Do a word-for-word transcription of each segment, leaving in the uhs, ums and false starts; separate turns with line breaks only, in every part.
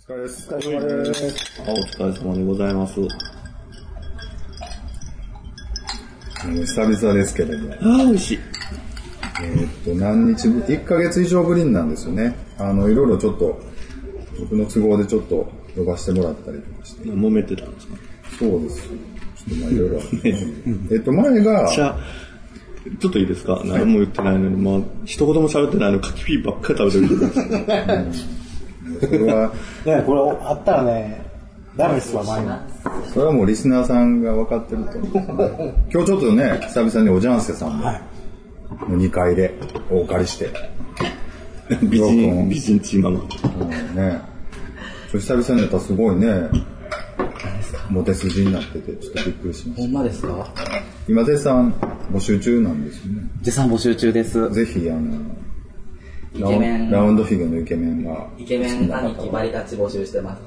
お疲れです。お疲れ様です。
あ、お疲れ様でございます。
久々ですけれど。
ああ、美味しい。
えー、っと、何日ぶり、いっかげつ以上ぶりなんですよね。あの、いろいろちょっと、僕の都合でちょっと呼ばせてもらったりとかして。
揉めてたんですか？
そうです。ちょっとまあいろいろ。えっと、前が、
ちゃちょっといいですか？何も言ってないのに、まあ、一言も喋ってないのに、柿ピーばっかり食べてる。
それは、
ね、これあったらね、ダメですわ、前に。
それはもうリスナーさんが分かってると思う。今日ちょっとね、久々におじゃんせさんも、にかいでお借りして。
美人、美人チーママ。
うんね、久々にやったらすごいね、モテ筋になってて、ちょっとびっくりしました。
ほんまですか？
今絶賛募集中なんですよね。
絶賛募集中です。
ぜひ、あの、
イケメン
ラウンドフィギュアのイケメンが。
イケメン兄貴バリタッチ募集してます。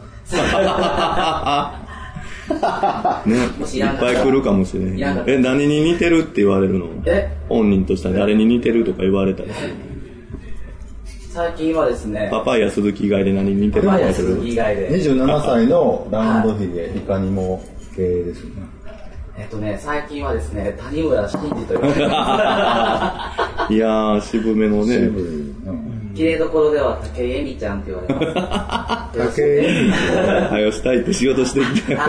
ね、いっぱい来るかもしれへん。え、何に似てるって言われるの？
え
本人としたら誰に似てるとか言われたりする？
最近はですね、
パパイヤ鈴木以外で何に似てる
パパイヤ
かする？
鈴木以外で。
にじゅうななさいのラウンドフィギュア、いかにも系ですよね。
えっとね、最近はですね、谷村新司という。
いやー、渋めのね。
渋い、うん。
綺麗どころでは武井絵美ちゃんって言われます。
武井絵美
はよしたいって仕事してきて。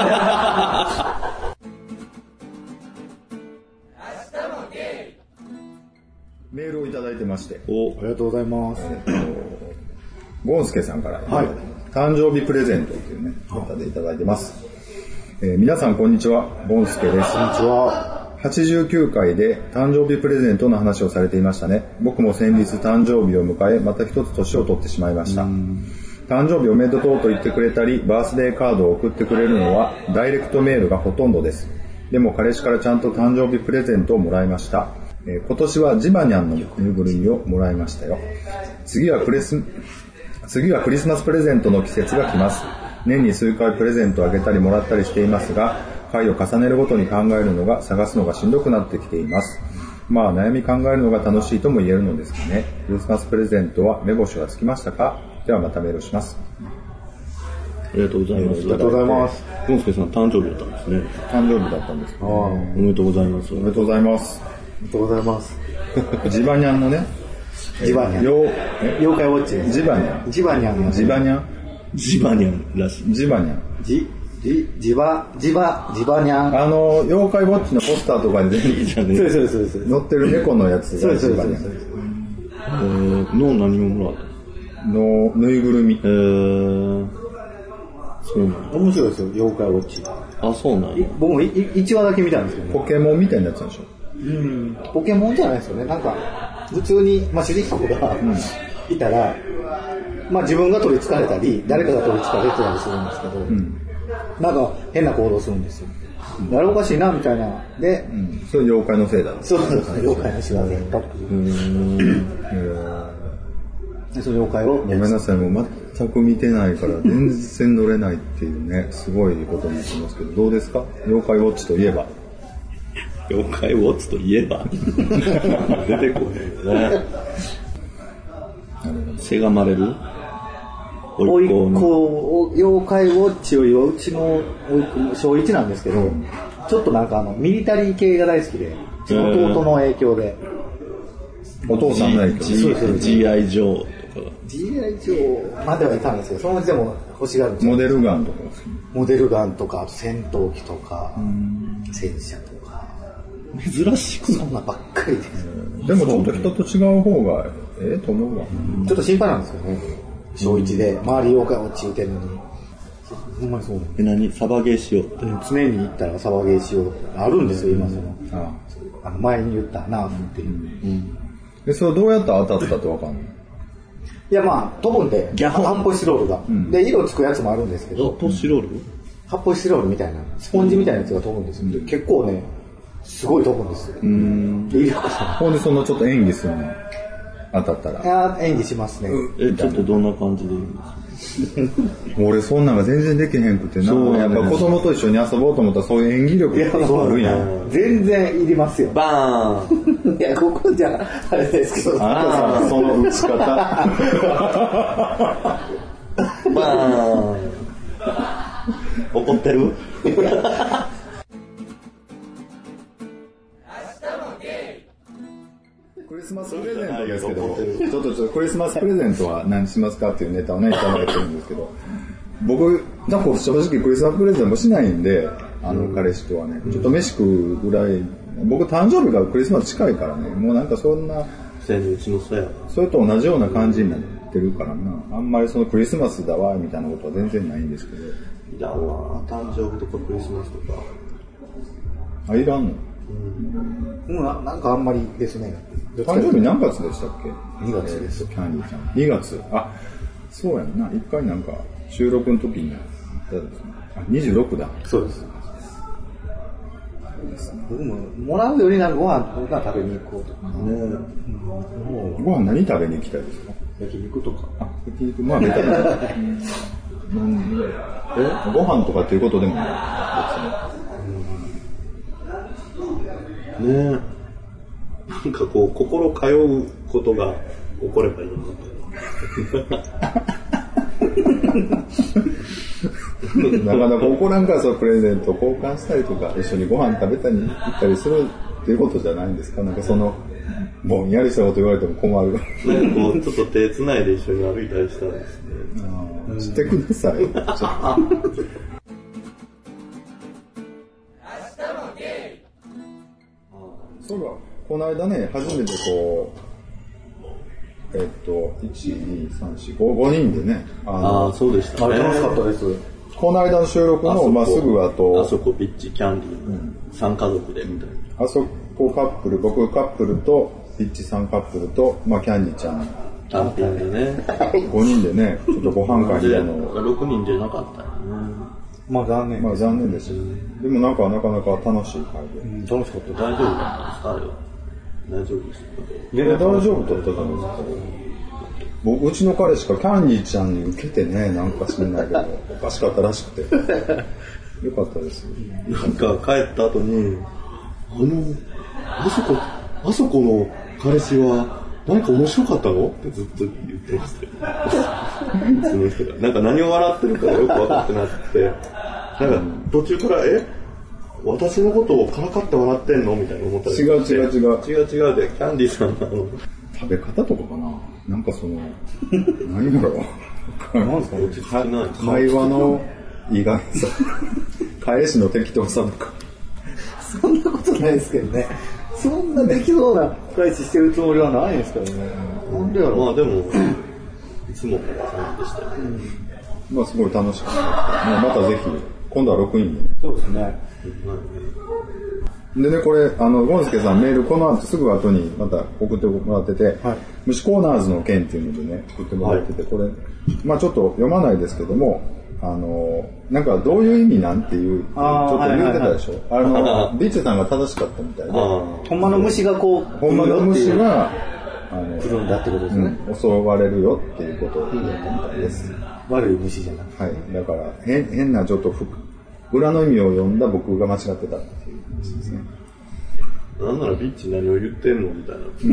メールをいただいてまして。
お、
ありがとうございます。
えっと、ゴンスケさんから、
はい、
誕生日プレゼントっていうね、方でいただいてます。えー、皆さんこんにちは、ゴンスケです。
こんにちは。
はちじゅうきゅうかいで誕生日プレゼントの話をされていましたね。僕も先日誕生日を迎え、また一つ年を取ってしまいました。誕生日おめでとうと言ってくれたり、バースデーカードを送ってくれるのはダイレクトメールがほとんどです。でも彼氏からちゃんと誕生日プレゼントをもらいました。えー、今年はジバニャンのぬいぐるみをもらいましたよ。次はクリス、次はクリスマスプレゼントの季節が来ます。年に数回プレゼントをあげたりもらったりしていますが、回を重ねるごとに考えるのが、探すのがしんどくなってきています。まあ悩み考えるのが楽しいとも言えるのですがね。クリスマスプレゼントは目星はつきましたか？ではまたメールします。
ありがとうございます。
ありがとうございます。
ゴンスケさん誕生日だったんですね。
誕生日だったんですけど、ね、
おめでとうございます。
おめでとうございます。
ありがとうございます。
ジバニャンのね、
ジバニャン。妖怪ウォッチ。
ジバニャン。
ジバニャンの。
ジバニャン。
ジバニャンらしい。
ジバニャン。
ジ、ジ、ジバ、ジバ、ジバニャン。
あの、妖怪ウォッチのポスターとかに全部
じゃね。
そうですそうです。
載ってる猫のやつがジバニャン。
えー、の何をもらった
のぬいぐるみ。
えー、そうなんだ。
面白いですよ、妖怪ウォッチ。
あ、そうなんや。
僕もいいちわだけ見たんですけどね。
ポケモンみたいなやつなんでしょ？
うん、ポケモンじゃないですよね。なんか普通に、まあ、主人公が、うん、いたら、まあ、自分が取り憑かれたり誰かが取り憑かれてたりするんですけど、うん、なんか変な行動するんですよ。あれおかしいなみたいなで、
うん、それ妖怪のせいだ。
そうですね。妖怪の仕業だったっていう。でその妖怪を
ごめんなさい、もう全く見てないから全然乗れないっていうね、すごいことになってますけど、どうですか？妖怪ウォッチといえば。
妖怪ウォッチといえば出てこないね。せがまれる
おいっ子妖怪ウォッチよりはうちの小いちなんですけど、うん、ちょっとなんかあのミリタリー系が大好きで、弟の影響で、
えー、お父さんの影響で
ジーアイ ジョーとか
ジーアイ ジョーまではいたんですけど、そのうちでも欲しがるんですよ。
モデルガンとか
モデルガンとか、あと戦闘機とか戦車とか
珍しくない？
そんなばっかりです。
でもちょっと人と違う方がええと思うわ。
ちょっと心配なんですけどね。小一で周り妖怪落ちてるのに。ほんまにそうなん
え、何？サバゲーしようって。
常に行ったらサバゲーしようってあるんですよ、今その。ああの前に言ったナーフっていう。うん。
で、それどうやったら当たったってわかんない？
いやまあ、飛ぶんで、発泡スチロールが、うん。で、色つくやつもあるんですけど。
発泡スチロール？
発泡スチロールみたいな、スポンジみたいなやつが飛ぶんですよ。うん、結構ね、すごい飛ぶんですよ。うん。で、
ほんでそのちょっと演技するの当たったら。
いや演技しますね。
え、ちょっとどんな感じで言うんですか？
俺そんなんが全然できへんくてな。そうやっぱ子供と一緒に遊ぼうと思ったらそういう演技力があるやん。
全然いりますよ。
バーン。
いやここじゃあれですけど。
ああその打ち方。
バーン怒ってる
クリスマスプレゼントですけど、ちょっとちょっとクリスマスプレゼントは何しますかっていうネタをね、いただいてるんですけど、僕、なんか正直クリスマスプレゼントもしないんで、あの彼氏とはね、ちょっと飯食うぐらい、僕誕生日がクリスマス近いからね、もうなんかそんな、
全然うちのそや
それと同じような感じになってるからな、あんまりそのクリスマスだわみたいなことは全然ないんですけど。
いらんわ、誕生日とかクリスマスとか。
あ、いらんの？
うん、な, なんかあんまりですね。
誕生日何月でしたっけ？
にがつです。
キャンディーちゃん。にがつ。あ、そうやんな。一回なんか収録の時にやったですね。あ、にじゅうろくだ。
そうです。僕ももらうよりなんかご飯ご飯食べに行こうとかね。うん、
ご飯何食べに行きたいですか？
焼肉とか。
あ、焼肉、まあ別に。うん、え、ご飯とかっていうことでもないですね。
ねえ、なんかこう心通うことが起こればいいな
なかなか起こらんからそのプレゼント交換したりとか一緒にご飯食べたり行ったりするっていうことじゃないんですか？なんかそのぼんやりしたこと言われても困る。
なんかこうちょっと手つないで一緒に歩いたりしたらですね。
あ、してください。ちょっとそうだ、この間ね、初めてこう、えっと、いち、に、さん、よん、ご、ごにんでね、
あの、あ、そうでしたね。
楽しかったです。
この間の収録のまっすぐ後、
あそこピッチキャンディー、うん、さん家族でみたいな。
あそこカップル、僕カップルと、ピッチさんカップルと、まあキャンディちゃん。
単品でね。
ごにんでね、ちょっとご飯会みたいなの。
ろくにんじゃなかったよね。
まあ残念。
まあ残念ですよ。でもなんかなかなか楽しい会で。
うん、楽しかった。
大丈夫だったんですかあれは。大丈夫です
いや、大丈夫だったじゃないですか。僕、うちの彼しかキャンディちゃんに受けてね、なんか知んないけど、おかしかったらしくて。よかったです。
なんか帰った後に、あの、あそこ、あそこの彼氏は何か面白かったのってずっと言ってましたよ。その人が。なんか何を笑ってるかよく分かってなくて、なんか途中から、え私のことをからかって笑ってんのみたいな思ったり
違う違う違う。
違う違うで、キャンディーさんの
食べ方とかかななんかその、何やろ
なんですか落ち着き
ない会話の意外さ。返しの適当さとか。
そんなことないですけどね。そんなできそうな返ししてるつもりはないんですけどね。なんでやろう。
まあでも、いつもこんな感じでしたよ、うん。
まあすごい楽しかった。またぜひ、今度はろくにんでね。
そうですね。
でね、これ、あの、ゴンスケさんメール、この後すぐ後にまた送ってもらってて、はい、虫コーナーズの件っていうのでね、送ってもらってて、はい、これ、まあちょっと読まないですけども、あの、なんかどういう意味なんていう、ちょっと言ってたでしょ。あの、ビッチさんが正しかったみたいで。
ほんまの虫がこう、
ほんまの虫が、あの、
来るんだってことですね、
うん。襲われるよっていうことを言ったみたいです。
悪い虫じゃなくて。
はい。だから、変、変なちょっと裏の意味を読んだ僕が間違ってたっていう話ですね。
なんならビッチ何を言ってんのみたいな。
うん、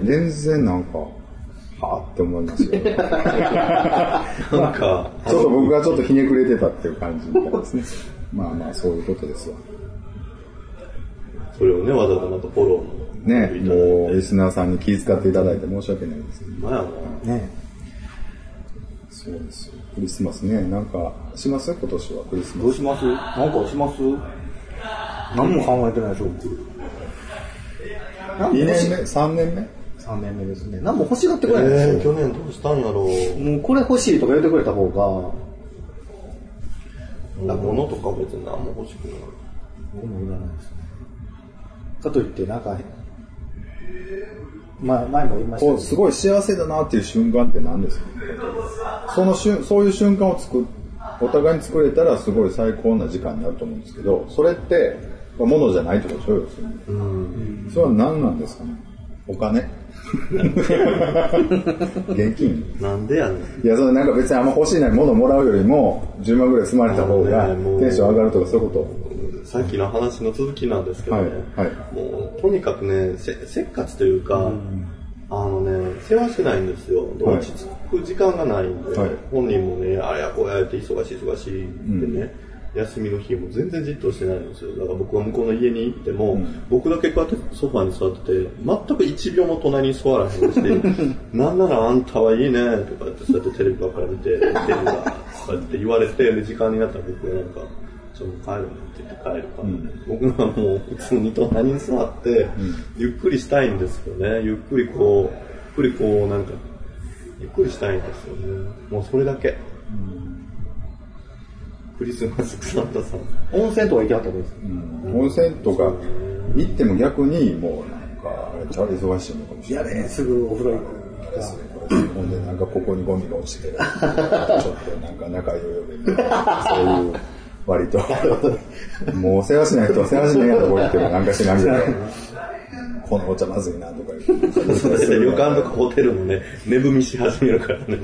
全然なんか、はぁって思いますよ。
なんか、
ちょっと僕がちょっとひねくれてたっていう感じみたいですね。まあまあ、そういうことですわ。
それをね、わざわざまたフォロ
ーね、もう、リスナーさんに気遣っていただいて申し訳ないですけど。
まあ
ね。そうですよ。クリスマスね、なんか、します今年はクリスマス。
どうします？なんかします？何も考えてないでしょ、僕。
にねんめ ?さんねんめ
さんねんめですね。何も欲しがってくれないですよ、
えー、去年どうしたんやろう。
もうこれ欲しいとか言ってくれた方
が、物とか別に何も欲しくない。
僕もいらないですね。かといってなんか、まあ、前も言いましたけど、
すごい幸せだなっていう瞬間って何ですか？その瞬そういう瞬間を作お互いに作れたらすごい最高な時間になると思うんですけど、それって物じゃないってことでしょうよ。それは何なんですかね？お金？現金？
なんでやねん。
いや、それなんか別にあんま欲しいないものをもらうよりもじゅうまんぐらい積まれた方がテンション上がるとかそういうこと。
さっきの話の続きなんですけどね、
はいはい、
もうとにかくね、せせっかちというか、うん、 あのね、世話してないんですよ。で、
はい
落ち着く時間がないんで、
はい
本人もね、あれやこうやって忙しい忙しいってね、うん、休みの日も全然じっとしてないんですよ。だから僕は向こうの家に行っても、うん、僕だけこうやってソファに座ってて、全く一秒も隣に座らへんし、なんならあんたはいいねとかってそうやってテレビばっかり見て、見てるんだとかって言われて、で時間になったら僕はなんか、ちょっと帰るねって言って帰るから、ね、うん、僕はもう普通に隣に座って、うん、ゆっくりしたいんですよね。ゆっくりこう、ゆっくりこうなんか、ゆっくりしたいんですよね。もうそれだけ。うん、クリスマスサンタさん。
温泉とか行きはったんです、
うん、温泉とか行っても逆にもうなんか、あれちゃう忙しいのかもしれない。
いやね、すぐお風呂行くですね。
ほんでなんかここにゴミが落ちてて、ちょっとなんか仲良いよみたいな、そういう割と、もう世話しない人は世話しないやとこ行ってもなんかしないみたいな。このお茶まずいなとか言って。
旅館とかホテルもね、寝踏みし始めるからね。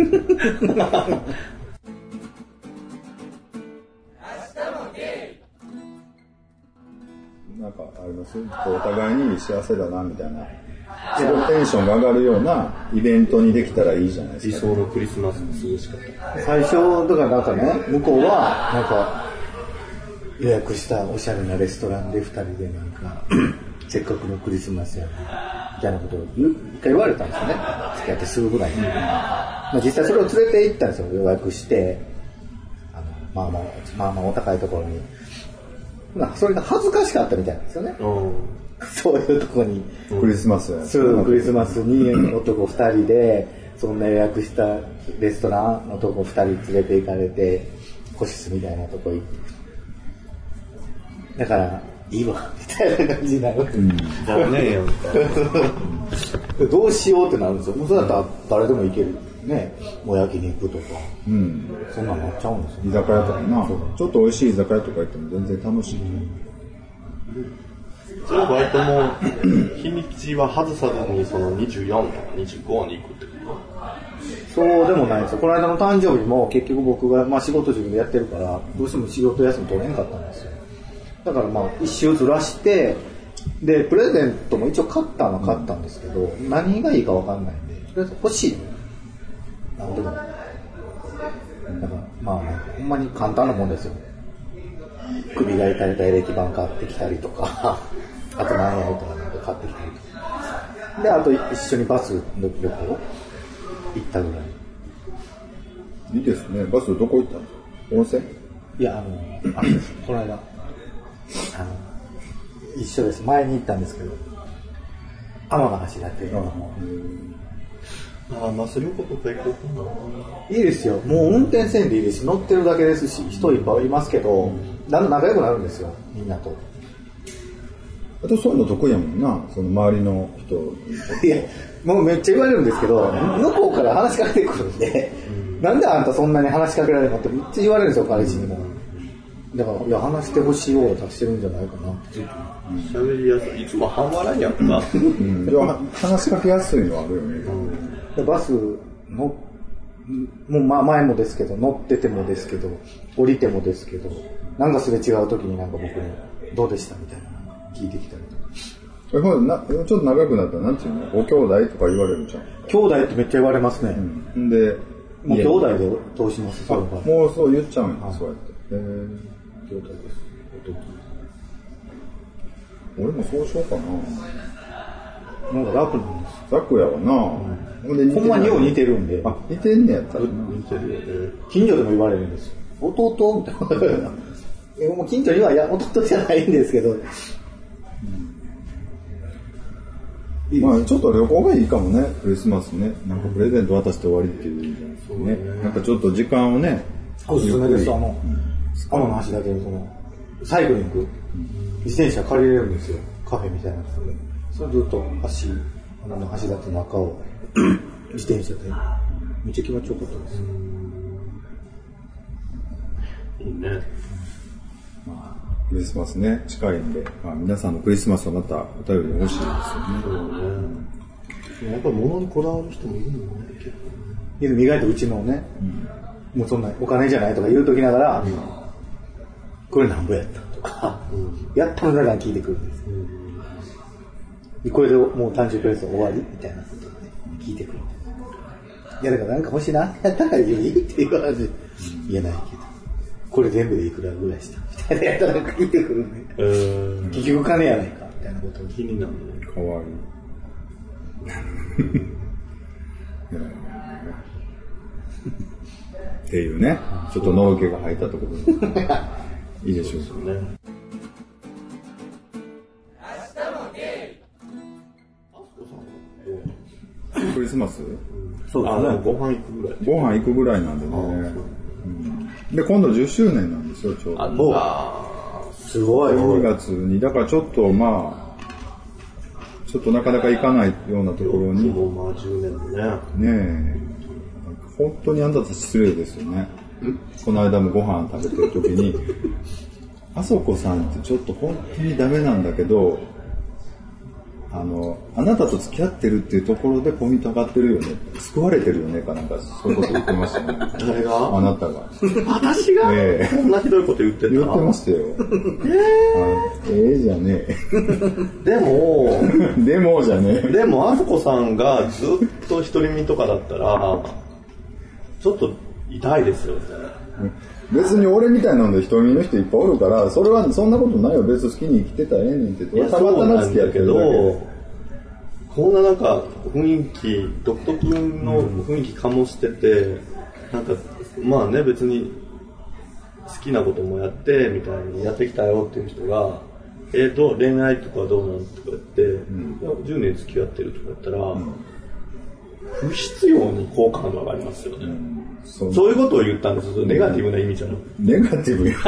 なんかありますお互いに幸せだなみたいな。テンションが上がるようなイベントにできたらいいじゃないですか。
理想のクリスマスの過ごし方。
最初とかなんかね、向こうはなんか予約したおしゃれなレストランでふたりでなんかせっかくのクリスマスやなみたいなことを一回言われたんですよね。付き合ってすぐぐらいに。まあ、実際それを連れて行ったんですよ。予約してあのまあまあまあまあお高いところに。まあそれが恥ずかしかったみたいなんですよね。そういうとこに
クリスマスや
そうクリスマスに男ふたりでそんな予約したレストランの男ふたり連れて行かれて個室みたいなとこ行ってだからいいわみたいな感じになる、うん、
残念やんか
どうしようってなるんですよ。もうそれだったら誰でも行けるね、もう焼肉とか、うん、そんなのなっちゃうんですよ、
ね、居酒屋とかなちょっと美味しい居酒屋とか行っても全然楽しい、うん
それは割ともう日にちは外さずにそのにじゅうよんとかにじゅうごに行くってこと
そうでもないですよ。この間の誕生日も結局僕が、まあ、仕事自分でやってるからどうしても仕事休み取れんかったんですよ。だからまあ一周ずらしてでプレゼントも一応買ったのは買ったんですけど、うん、何がいいか分かんないんでとりあえず欲しいなんでもだからまあほんまに簡単なもんですよ。首が痛めたエレキ板買ってきたりとかあと何やるとかなんか買ってきたりとかであと一緒にバスの旅行行ったぐらい。
いいですね。バスどこ行ったの？温泉？
いやあのあれですこの間あの一緒です。前に行ったんですけど天橋立っていうのも
ああバス旅行とか行こうかな。
いいですよ。もう運転せんでいいですし乗ってるだけですし人いっぱいいますけど、うん、だんだん仲良くなるんですよみんなと。
あとそういうの得意やもんな、その周りの人。
いやもうめっちゃ言われるんですけど向こうから話しかけてくるんで、うん、なんであんたそんなに話しかけられるのってめっちゃ言われるんですよ彼氏にも。だからいや話してほしいを出してるんじゃないかなって
喋、うん、りやすい。いつも半笑いやんか、うん、
でも話しかけやすいのはあるよね、
うん、バスのもう前もですけど乗っててもですけど降りてもですけどなんかすれ違う時になんか僕にどうでしたみたいな聞いてきたりとか。
なちょっと長くなったらなんていうのご兄弟とか言われるじゃん。
兄弟ってめっちゃ言われますね、
うん、で
もう兄弟で通します。
そうもうそう言っちゃうんや、そうやって。へー兄弟です。弟。俺もそうしようかな。
なんか楽なんです。
楽やわな、
うん、でほんまによう似てるんで。
あ、似てんねやったらな。
似てるよね。
近所でも言われるんですよ。弟みたいな。もう近所にはいや弟じゃないんですけど。うん
いいまあちょっと旅行がいいかもね、クリスマスね。なんかプレゼント渡して終わりっていうじゃないですかね。ねなんかちょっと時間をね。
おすすめです。あの、天の橋だけにその、サイクリング、自転車借りれるんですよ。カフェみたいなところで。それずっと橋、あの橋立の中を自転車で。めっちゃ気持ちよかったです。
いいね。
まあクリスマスね、近いんで、まあ、皆さんのクリスマスはまたお便り欲しいですよね。そう
ね。やっぱり物にこだわる人もいるのね、結構
ね。意外とうちのね、うん、もうそんなお金じゃないとか言うときながら、うん、これなんぼやったとか、うん、やったのだから聞いてくるんです、うん、これでもう誕生日プレゼント終わりみたいなことがね、 聞いてくる。いやだからなんか欲しいなやったらいいって言われて言えないけど、これ全部でいくらぐらいしたみたいなやったらなんか聞いてくるね。えー、結局金やないかみたいなことを
気になるね。
かわいい。っていうね、ちょっとのろけが入ったところでいいでしょうかね。クリスマス？
そうですね。ご飯行くぐらい。
ご飯行くぐらいなんでね。うん、で、今度じゅっしゅうねんなんですよ、ちょうど。
あすごい。
にがつに、だからちょっとまあ、ちょっとなかなか行かないようなところに。
もうまあじゅうねんね。
ねえ。本当にあんたたち失礼ですよね。この間もご飯食べてる時に、あそこさんってちょっと本当にダメなんだけど、あの、あなたと付き合ってるっていうところでポイント上がってるよね。救われてるよねかなんかそういうこと言ってましたね。
誰が？
あなたが。
私が、えー、こんなひどいこと言ってた？
言ってましたよ。えー、えー、じゃね
え。でも、
でもじゃねえ。
でも、あそこさんがずっと独り身とかだったら、ちょっと痛いですよね。
別に俺みたいなので独り身の人いっぱいおるから、それはそんなことないよ。別に好きに生きてたらええねんって。
いや、そうなんだけど、こんななんか雰囲気、独特の雰囲気醸してて、なんか、まあね、別に好きなこともやって、みたいにやってきたよっていう人が、えーと、恋愛とかどうなんとか言って、うん、いやじゅうねん付き合ってるとか言ったら、うん、不必要に好感度上がりますよね。うんそう、そういうことを言ったんです。ネガティブな意味じゃなくて。
ネガティブや。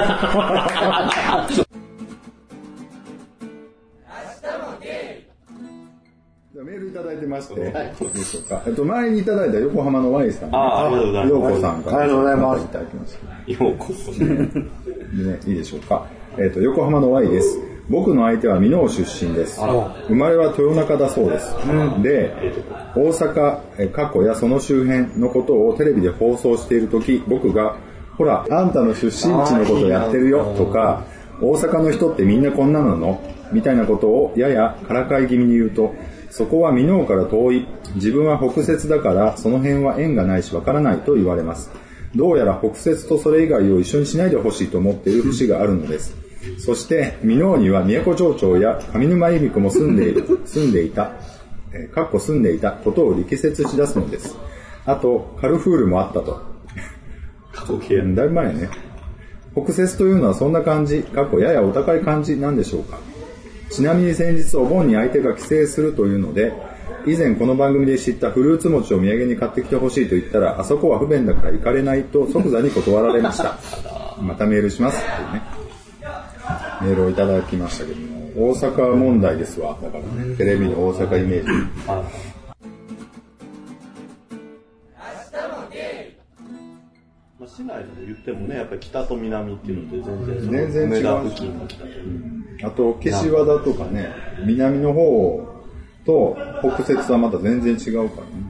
メールいただいてまして、はい、どうでしょうか。えっと、前にいただいた横浜の Y さん、ね、
あありがとうございます。
ようこさんから、
ありがとうございます。
いただきました。
ようこそね。
ね、いいでしょうか。えっと、横浜の Y です。僕の相手は箕面出身です。生まれは豊中だそうです。うん、で、大阪、過去やその周辺のことをテレビで放送しているとき、僕が、ほら、あんたの出身地のことやってるよとか、大阪の人ってみんなこんなののみたいなことをややからかい気味に言うと、そこは箕面から遠い。自分は北摂だからその辺は縁がないしわからないと言われます。どうやら北摂とそれ以外を一緒にしないでほしいと思っている節があるのです。そして箕面には都町長や上沼恵美子も住んでいる住んでいた、えー、かっこ住んでいたことを力説し出すのです。あとカルフールもあったと。だいぶ前ね。北摂というのはそんな感じ、かっこややお高い感じなんでしょうか。ちなみに先日お盆に相手が帰省するというので、以前この番組で知ったフルーツ餅を土産に買ってきてほしいと言ったら、あそこは不便だから行かれないと即座に断られました。またメールしますというね。メールをいただきましたけども、大阪問題ですわ。だからね、テレビの大阪イメージ。
まあ、市内で言ってもね、やっぱり北と南っていうので全然全然違う付近が北と、うん、あ
と岸和田とかね、南の方と北摂はまた全然違うからね。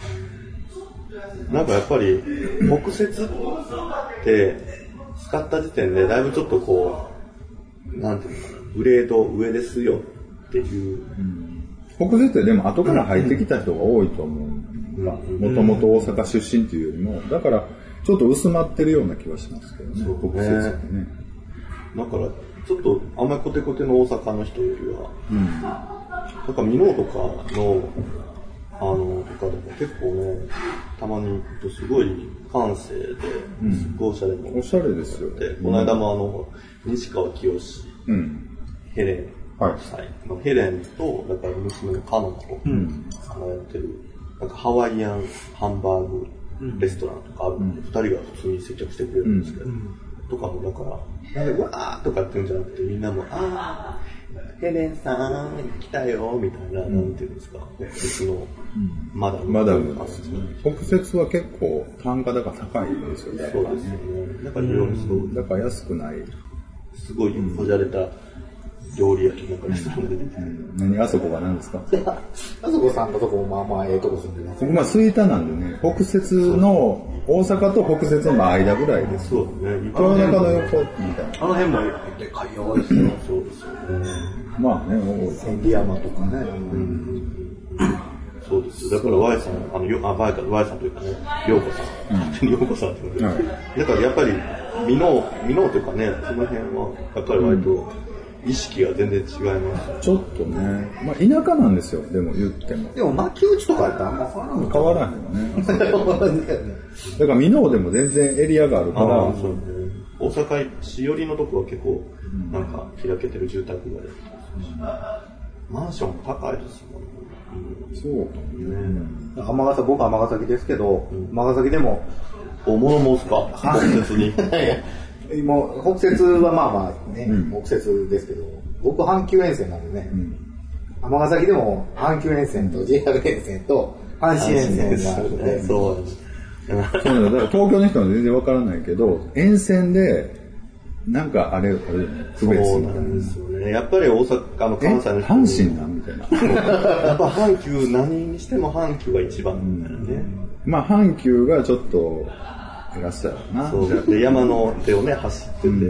なんかやっぱり北摂って使った時点でだいぶちょっとこうなんていうのかな、グレード上ですよっていう、
うん、北摂ってでも後から入ってきた人が多いと思う。もともと大阪出身っていうよりも、だからちょっと薄まってるような気はしますけどね、北摂ってね。
だからちょっとあんまりコテコテの大阪の人よりは、うん、なんか箕面とかのあのとかでも結構ね、たまに行くとすごい感性で、うん、すごいおしゃれな、
おしゃれですよ。
で、この間もあの西川きよし、うん、ヘレン夫妻の、はい、ヘレンとだから娘のカノと、うん、あのやってるなんかハワイアンハンバーグレストランとかあるんで、うん、ふたりが普通に接客してくれるんですけど、うん、とかもだからなんかうわーとかって言うんじゃなくて、みんなもあーヘレンさん来たよみたいな、うん、なんていうんですか、北摂のマダム、
マダムですね。北摂は結構単価高高いんですよね。
そうですよね。だから非常にすごい、
だから安くない。
すごいこじゃれた料理屋となんかレストランで出てて、うん、
何あそこが何ですか？
あそこさんのとこもまあまあええとこ住んでます。
僕まあ吹田なんでね、北摂の大阪と北摂の間ぐらいです。
そうですね。
豊中の横みたいな。
あの辺もでかいよですよ。そうですよね。
まあね、
千里山とかね。
うん、 そうです。だから Y さん、あの、よあ、Y か、Y さんというかね、陽子さん。勝手に陽子さんって言うんで、はい。だからやっぱり、美濃、美濃というかね、その辺は、やっぱり割と、意識が全然違います、ね、
ちょっとね、まあ田舎なんですよ、でも言っても。
でも巻き打ちとかやったらあんま
変わらへんよね。だから美濃でも全然エリアがあるから。あそうね、
大阪市寄りのとこは結構、なんか開けてる住宅が出てますし、マンションも高いですもんね。
うん、そうかね。
尼崎、僕は尼崎ですけど、尼、うん、崎でも、
大物申すか北節に。
もう北節はまあまあね、うん、北節ですけど、僕阪急沿線なんでね、尼、うん、崎でも阪急沿線と ジェイアール 沿線と阪神沿線があるので、
そうです。そうだから東京の人は全然わからないけど、沿線でなんかあれあれ区別
そうなんですよね。やっぱり大阪あの関西の人
阪神なんみたいな。
やっぱ阪急何にしても阪急が一番みたいなね。
うん、まあ阪急がちょっと偉そうやろな。
そうで山の手をね走ってて、うん、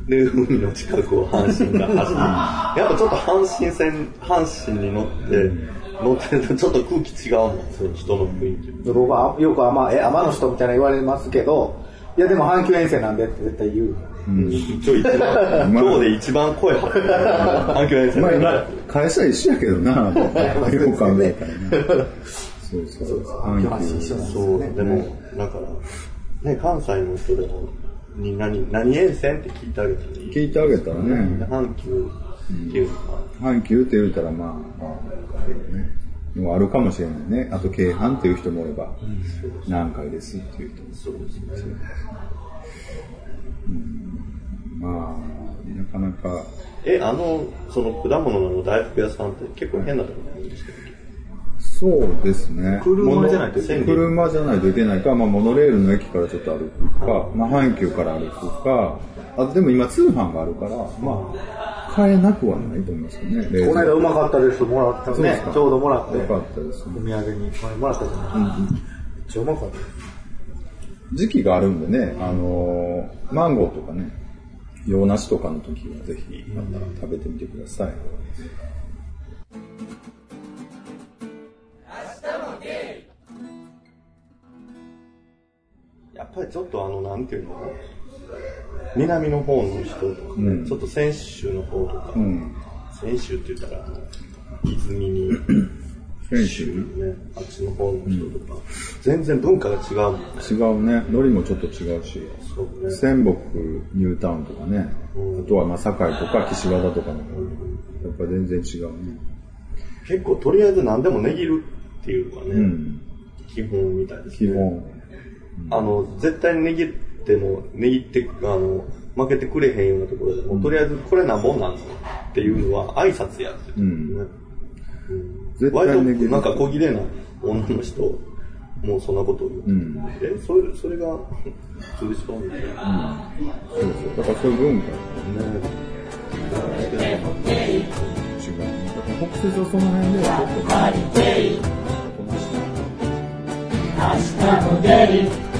で海の近くを阪神が走って、やっぱちょっと阪神線阪神に乗って。うん乗ってるとちょっと空気違うんですよ、人の雰囲気。
僕はよく天、え、天の人みたいな言われますけど、いやでも阪急沿線なんでって絶対言う。
うん、今日一番、今日で一番声張ってる。阪急沿線。
まあ今、会社一緒やけどな、よく考えたらな。そうそう。
阪急一緒なんです
よね。そう、でも、だから、ね、関西の人でも、に何、何沿線って聞いてあげたらいい。
聞いてあげたらね。
阪急っていうのか。
阪急って言うたらまあ、まあ、ね、もうあるかもしれないね。あと京阪っていう人もいれば、うん、何回ですっていう人もそうですね。うん、まあなかなか。
え、あのその果物の大福屋さんって結構変なところなんですけど。
そうですね。
車じゃないといけない。
車じゃないといけないか、まあモノレールの駅からちょっと歩くか、まあ阪急から歩くか、あとでも今通販があるから、まあ。買えなくはないと思いますよね。
この間うまかったですもらったね。ちょうどもらって。
よかったですね。
お土産にもらったじゃない。うんうん、めっちゃうまかった。
時期があるんでね、あのー、マンゴーとかね、洋梨とかの時はぜひまた食べてみてください。
やっぱりちょっとあのなんていうの南の方の人とか、ねうん、ちょっと泉州の方とか、うん、泉州って言ったらあの泉に
泉州
ね、あっちの方の人とか、うん、全然文化が違うもんね。
違うね、海苔もちょっと違うし、そうね、仙北ニュータウンとかね、うん、あとはまあ堺とか岸和田とかの方、うん、やっぱ全然違うね。
結構とりあえず何でも値切るっていうかね、うん、基本みたいですね。
基本、うん、
あの絶対に値切るでも握ってあの負けてくれへんようなところでも、うん、とりあえずこれなんぼんなんのっていうのは挨拶やって言ってるね、うんうん、絶対割となんか小切れな女の人もうそんなことを言う、うん、えそれそれが普通でしょみたいな、
うん、そうそうだからそういう文化ね、違う北節はその辺ではちょっとね明日も出る